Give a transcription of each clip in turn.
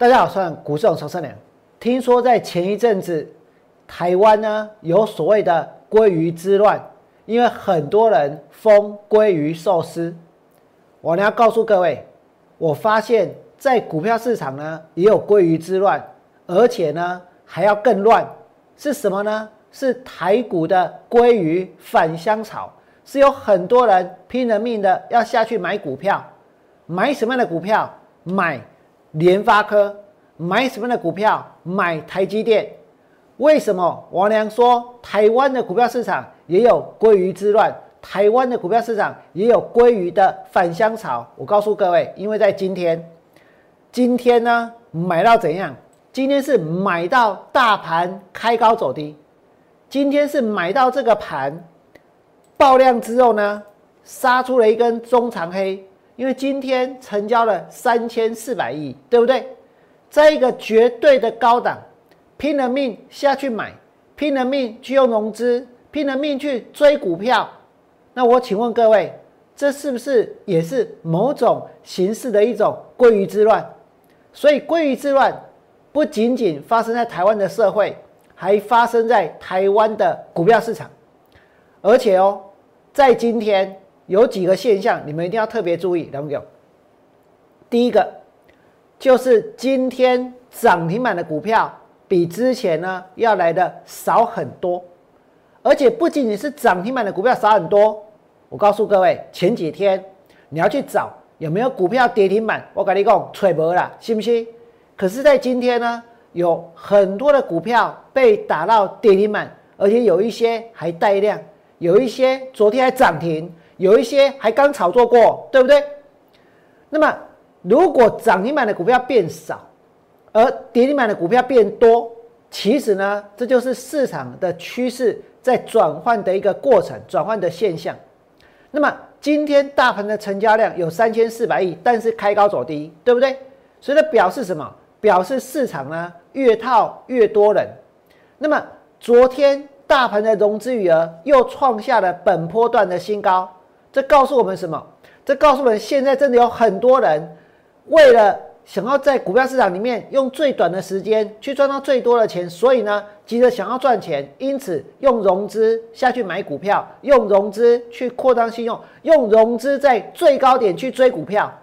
大家好，我是股市长曹胜良。听说在前一阵子，台湾呢有所谓的鲑鱼之乱，因为很多人封鲑鱼寿司。我呢要告诉各位，我发现在股票市场呢也有鲑鱼之乱，而且呢还要更乱。是什么呢？是台股的鲑鱼返乡潮，是有很多人拼了命的要下去买股票。买什么样的股票？买联发科。买什么样的股票？买台积电。为什么王良说台湾的股票市场也有鲑鱼之乱，台湾的股票市场也有鲑鱼的返乡潮？我告诉各位，因为在今天呢买到怎样？今天是买到大盘开高走低，今天是买到这个盘爆量之后呢，杀出了一根中长黑，因为今天成交了3400亿，对不对？在一个绝对的高档，拼了命下去买，拼了命去用融资，拼了命去追股票。那我请问各位，这是不是也是某种形式的一种鲑鱼之乱？所以鲑鱼之乱不仅仅发生在台湾的社会，还发生在台湾的股票市场。而且在今天有几个现象，你们一定要特别注意。第一个就是今天涨停板的股票比之前呢要来的少很多，而且不仅仅是涨停板的股票少很多。我告诉各位，前几天你要去找有没有股票跌停板，我跟你讲找没啦，信不信？可是在今天呢，有很多的股票被打到跌停板，而且有一些还带量，有一些昨天还涨停，有一些还刚炒作过，对不对？那么如果涨停板的股票变少，而跌停板的股票变多，其实呢，这就是市场的趋势在转换的一个过程，转换的现象。那么今天大盘的成交量有3400亿，但是开高走低，对不对？所以这表示什么？表示市场呢越套越多人。那么昨天大盘的融资余额又创下了本波段的新高，这告诉我们什么？这告诉我们现在真的有很多人为了想要在股票市场里面用最短的时间去赚到最多的钱，所以呢急着想要赚钱，因此用融资下去买股票，用融资去扩张信用，用融资在最高点去追股票。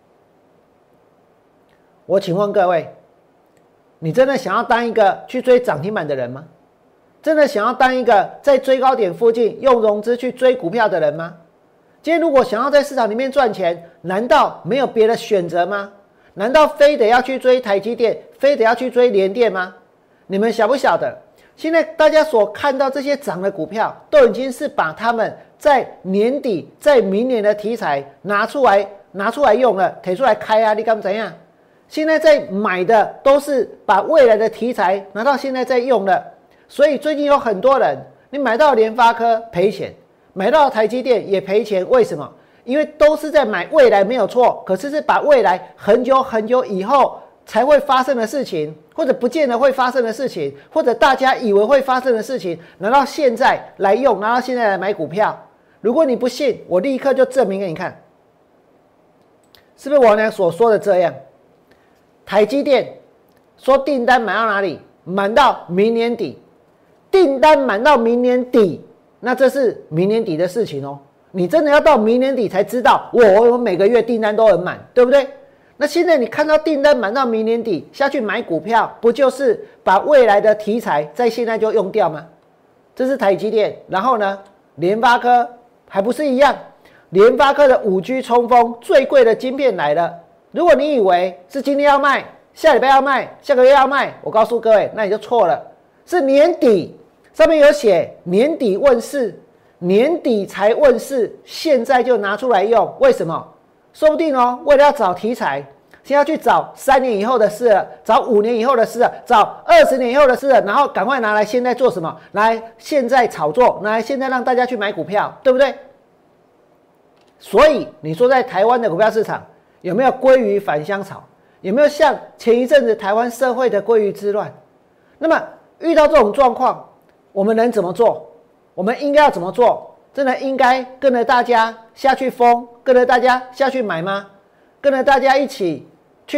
我请问各位，你真的想要当一个去追涨停板的人吗？真的想要当一个在最高点附近用融资去追股票的人吗？今天如果想要在市场里面赚钱，难道没有别的选择吗？难道非得要去追台积电，非得要去追联电吗？你们晓不晓得，现在大家所看到这些涨的股票，都已经是把他们在年底、在明年的题材拿出来用了，提出来开啊，你敢怎样？现在在买的都是把未来的题材拿到现在在用了，所以最近有很多人，你买到联发科赔钱，买到台积电也赔钱，为什么？因为都是在买未来没有错，可是是把未来很久很久以后才会发生的事情，或者不见得会发生的事情，或者大家以为会发生的事情，拿到现在来用，拿到现在来买股票。如果你不信，我立刻就证明给你看，是不是王良所说的这样？台积电说订单满到哪里？满到明年底，订单满到明年底，那这是明年底的事情哦。你真的要到明年底才知道，我每个月订单都很满，对不对？那现在你看到订单满到明年底下去买股票，不就是把未来的题材在现在就用掉吗？这是台积电，然后呢，联发科还不是一样？联发科的5G 冲锋最贵的晶片来了，如果你以为是今天要卖，下礼拜要卖，下个月要卖，我告诉各位，那你就错了，是年底，上面有写年底问世。年底才问世，现在就拿出来用，为什么？说不定为了要找题材，先要去找3年以后的事了，找5年以后的事了，找20年以后的事了，然后赶快拿来现在做什么？来现在炒作，拿来现在让大家去买股票，对不对？所以你说在台湾的股票市场有没有鲑鱼返乡潮？有没有像前一阵子台湾社会的鲑鱼之乱？那么遇到这种状况，我们能怎么做？我们应该要怎么做？真的应该跟着大家下去疯，跟着大家下去买吗？跟着大家一起去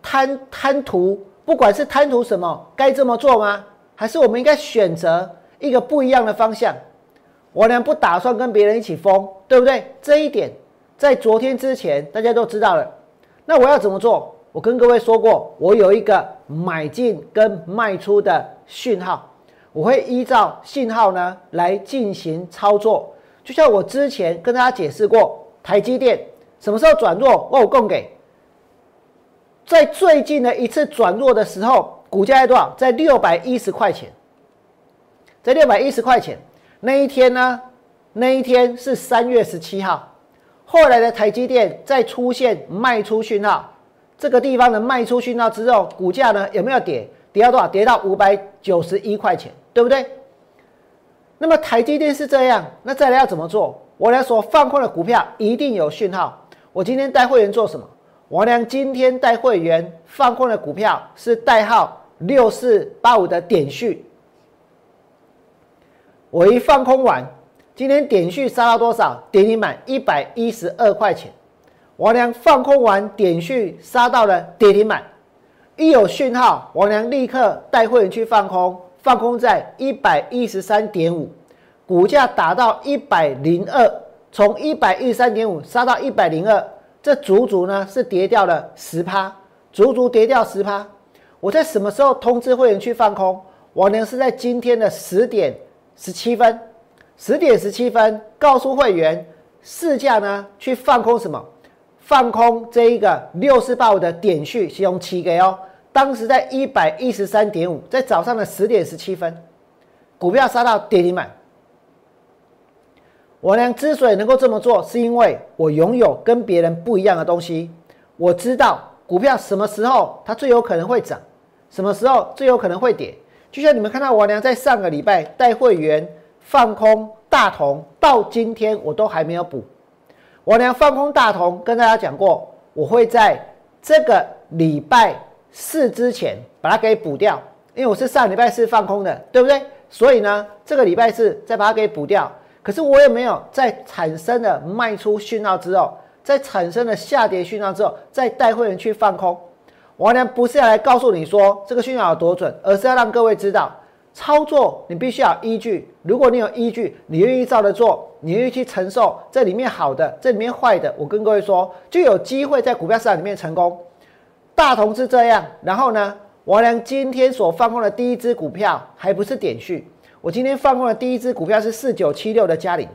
贪图，不管是贪图什么，该这么做吗？还是我们应该选择一个不一样的方向？我俩不打算跟别人一起疯，对不对？这一点在昨天之前大家都知道了。那我要怎么做？我跟各位说过，我有一个买进跟卖出的讯号，我会依照信号呢来进行操作。就像我之前跟大家解释过，台积电什么时候转弱，我有供给。在最近的一次转弱的时候，股价在多少？在610块钱。在610块钱那一天呢？那一天是3月17号。后来的台积电再出现卖出讯号，这个地方的卖出讯号之后，股价呢有没有跌？跌到多少？跌到591块钱，对不对？那么台积电是这样，那再来要怎么做？我俩所放空的股票一定有讯号。我今天带会员做什么？我俩今天带会员放空的股票是代号6485的点序。我一放空完，今天点序杀到多少？跌停板112块钱。王良放空完，点序杀到了跌停板，一有讯号，王良立刻带会员去放空，放空在113.5，股价打到102，从113.5杀到102，这足足呢是跌掉了10%，足足跌掉10%。我在什么时候通知会员去放空？王良是在今天的10点17分，10点17分告诉会员，市价呢去放空什么？放空这一个6485的点序，是用7个哦。当时在113.5，在早上的10点17分，股票杀到跌停板。我呢之所以能够这么做，是因为我拥有跟别人不一样的东西。我知道股票什么时候它最有可能会涨，什么时候最有可能会跌。就像你们看到我娘在上个礼拜带会员放空大同，到今天我都还没有补。我娘放空大同，跟大家讲过，我会在这个礼拜4之前把它给补掉，因为我是上礼拜4放空的，对不对？所以呢，这个礼拜4再把它给补掉。可是我也没有在产生了卖出讯号之后，在产生了下跌讯号之后，再带会员去放空。我呢不是要来告诉你说这个讯号有多准，而是要让各位知道，操作你必须要有依据。如果你有依据，你愿意照着做，你愿意去承受这里面好的，这里面坏的，我跟各位说，就有机会在股票市场里面成功。大同是这样，然后呢，我俩今天所放空的第一支股票还不是点序，我今天放空的第一支股票是4976的嘉陵。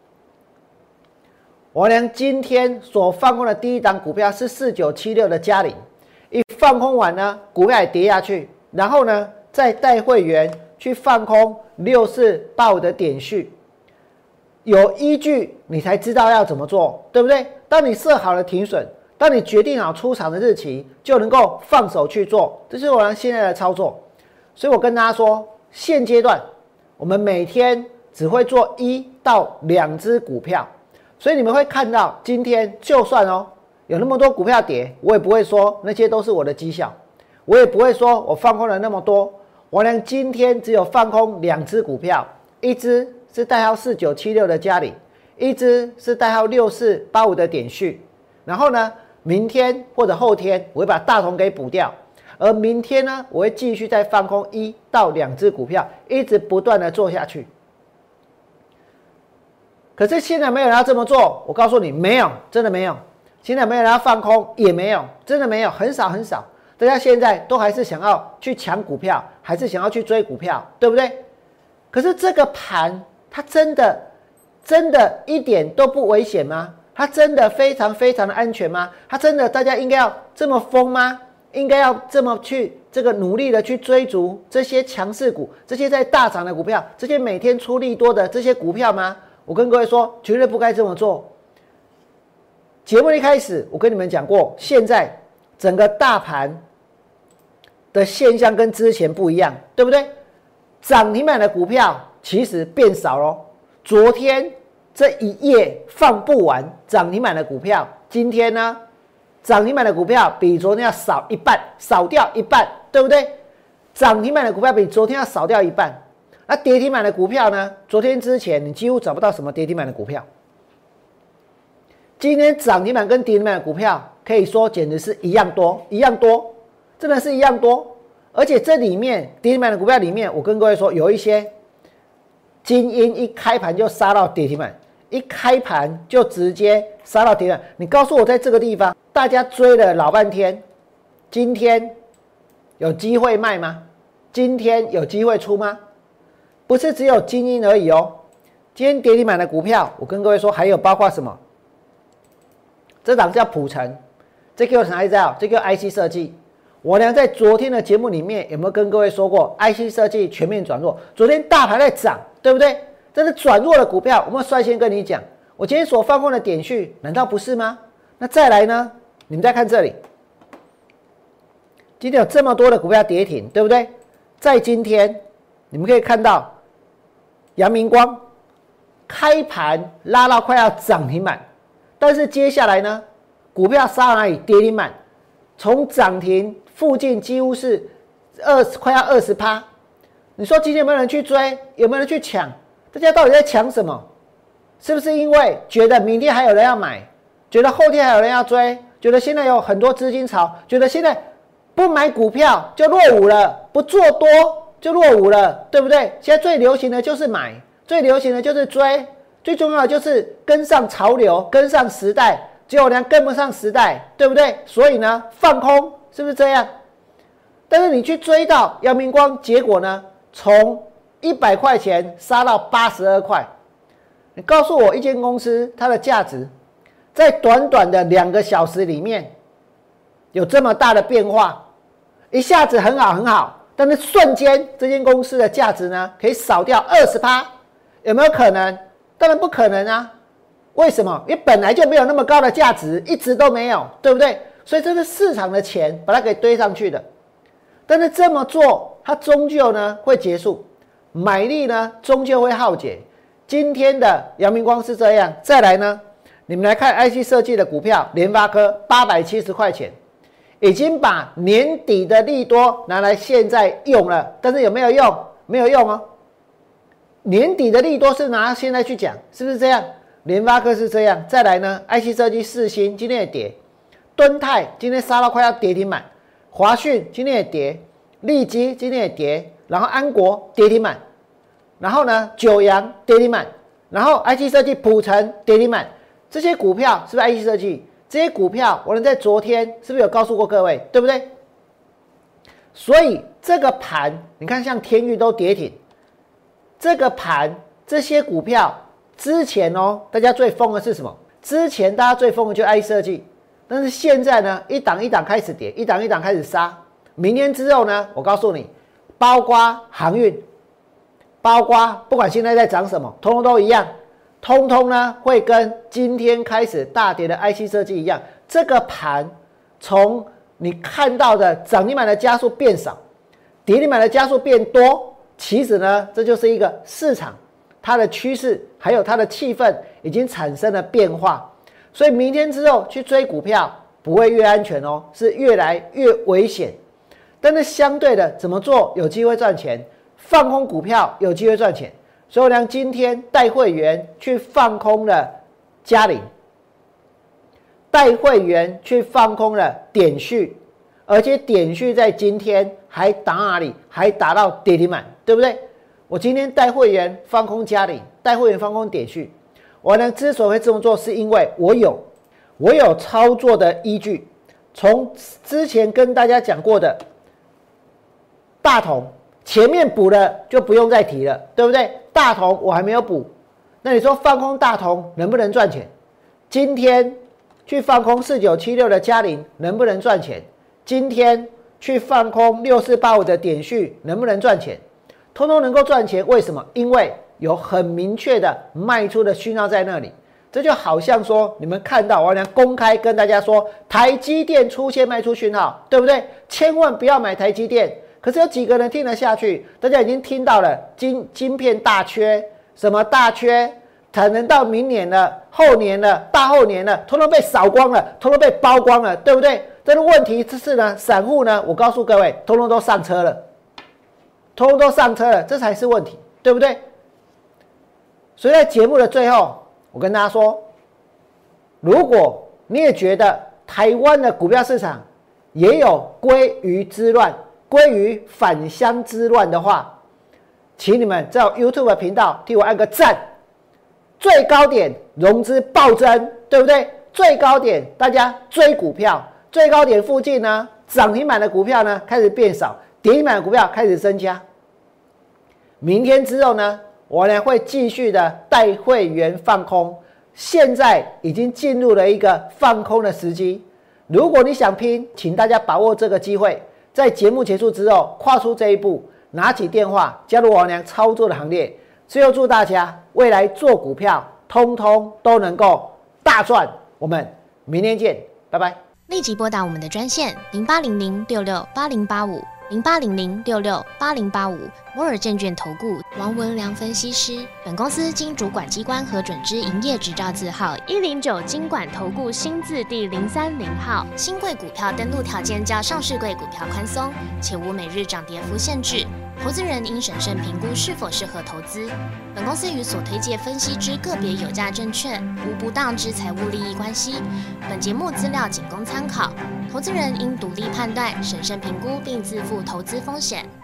我俩今天所放空的第一档股票是4976的嘉陵。一放空完呢，股票也跌下去，然后呢，再带会员去放空6485的点序，有依据你才知道要怎么做，对不对？当你设好了停损，当你决定好出场的日期，就能够放手去做，这是我们现在的操作。所以我跟大家说，现阶段我们每天只会做1到2只股票，所以你们会看到今天就算有那么多股票跌，我也不会说那些都是我的绩效，我也不会说我放空了那么多。我俩今天只有放空2只股票，一只是代号4976的嘉陵，一只是代号6485的点序。然后呢，明天或者后天我会把大同给补掉，而明天呢，我会继续再放空1到2只股票，一直不断的做下去。可是现在没有人要这么做，我告诉你，没有，真的没有。现在没有人要放空，也没有，真的没有，很少很少。大家现在都还是想要去抢股票，还是想要去追股票，对不对？可是这个盘，它真的一点都不危险吗？它真的非常非常的安全吗？它真的大家应该要这么疯吗？应该要这么去这个努力的去追逐这些强势股，这些在大涨的股票，这些每天出利多的这些股票吗？我跟各位说，绝对不该这么做。节目一开始，我跟你们讲过，现在整个大盘的现象跟之前不一样，对不对？涨停板的股票其实变少了。昨天这一夜放不完涨停板的股票，今天呢，涨停板的股票比昨天要少一半，少掉一半，对不对？涨停板的股票比昨天要少掉一半。那跌停板的股票呢？昨天之前你几乎找不到什么跌停板的股票。今天涨停板跟跌停板的股票可以说简直是一样多，一样多。 真的是一样多。而且这里面跌停板的股票里面，我跟各位说，有一些精英一开盘就杀到跌停板，一开盘就直接杀到跌停板。你告诉我，在这个地方大家追了老半天，今天有机会卖吗？今天有机会出吗？不是只有精英而已哦。今天跌停板的股票，我跟各位说，还有包括什么？这档叫普成，这个哪一招？这个 IC 设计。我俩在昨天的节目里面有没有跟各位说过 IC 设计全面转弱？昨天大盘在涨，对不对？这是转弱的股票，我们率先跟你讲。我今天所放空的点序，难道不是吗？那再来呢？你们再看这里，今天有这么多的股票跌停，对不对？在今天，你们可以看到阳明光开盘拉到快要涨停板，但是接下来呢，股票杀到哪里？跌停板，从涨停附近几乎是快要20%。你说今天有没有人去追？有没有人去抢？大家到底在抢什么？是不是因为觉得明天还有人要买，觉得后天还有人要追，觉得现在有很多资金潮，觉得现在不买股票就落伍了，不做多就落伍了，对不对？现在最流行的就是买，最流行的就是追，最重要的就是跟上潮流，跟上时代。结果呢，跟不上时代，对不对？所以呢，放空，是不是这样？但是你去追到阳明光，结果呢，从100块钱杀到82块。你告诉我，一间公司它的价值，在短短的2个小时里面，有这么大的变化，一下子很好很好，但是瞬间这间公司的价值呢，可以少掉20%，有没有可能？当然不可能啊。为什么？因为本来就没有那么高的价值，一直都没有，对不对？所以这是市场的钱把它给堆上去的。但是这么做，它终究呢会结束，买力呢终究会耗竭。今天的阳明光是这样，再来呢，你们来看 IC 设计的股票，联发科870块钱，已经把年底的利多拿来现在用了，但是有没有用？没有用哦。年底的利多是拿现在去讲，是不是这样？联发科是这样，再来呢 ，IC 设计世芯今天也跌，敦泰今天杀到快要跌停板，华讯今天也跌，利基今天也跌，然后安国跌停板，然后呢九阳跌停板，然后 IC 设计普成跌停板，这些股票是不是 IC 设计？这些股票我能在昨天是不是有告诉过各位，对不对？所以这个盘，你看像天钰都跌停，这个盘这些股票。之前哦，大家最疯的是什么？之前大家最疯的就是 IC 设计，但是现在呢，一档一档开始跌，一档一档开始杀。明天之后呢，我告诉你，包括航运，包括不管现在在涨什么，通通都一样，通通呢会跟今天开始大跌的 IC 设计一样。这个盘从你看到的涨停板的家数变少，跌停板的家数变多，其实呢，这就是一个市场。它的趋势还有它的气氛已经产生了变化，所以明天之后去追股票不会越安全哦，是越来越危险。但是相对的，怎么做有机会赚钱？放空股票有机会赚钱。所以我俩今天带会员去放空了嘉陵，带会员去放空了点序，而且点序在今天还打哪里？还打到跌停板，对不对？我今天带会员放空嘉陵，带会员放空点序。我呢之所以会这么做，是因为我有操作的依据。从之前跟大家讲过的大同，前面补了就不用再提了，对不对？大同我还没有补，那你说放空大同能不能赚钱？今天去放空4976的嘉陵能不能赚钱？今天去放空6485的点序能不能赚钱？通通能够赚钱，为什么？因为有很明确的卖出的讯号在那里。这就好像说，你们看到我俩公开跟大家说，台积电出现卖出讯号，对不对？千万不要买台积电。可是有几个人听得下去？大家已经听到了晶片大缺，什么大缺？可能到明年了、后年了、大后年了，通通被扫光了，通通被包光了，对不对？但是问题是呢，散户呢，我告诉各位，通通都上车了。通通都上车了，这才是问题，对不对？所以在节目的最后，我跟大家说，如果你也觉得台湾的股票市场也有鲑鱼之乱、鲑鱼返乡之乱的话，请你们在 YouTube 频道替我按个赞。最高点融资暴增，对不对？最高点大家追股票，最高点附近呢，涨停板的股票呢开始变少，跌停板的股票开始增加。明天之后呢，我呢会继续的带会员放空，现在已经进入了一个放空的时机。如果你想拼，请大家把握这个机会，在节目结束之后跨出这一步，拿起电话加入王良操作的行列。最后祝大家未来做股票通通都能够大赚，我们明天见，拜拜。 立即拨打我们的专线08006680850800668085摩尔证券投顾王文良分析师。本公司经主管机关核准之营业执照字号109金管投顾新字第030号。新贵股票登录条件较上市贵股票宽松，且无每日涨跌幅限制。投资人应审慎评估是否适合投资。本公司与所推介分析之个别有价证券无不当之财务利益关系。本节目资料仅供参考，投资人应独立判断、审慎评估并自负投资风险。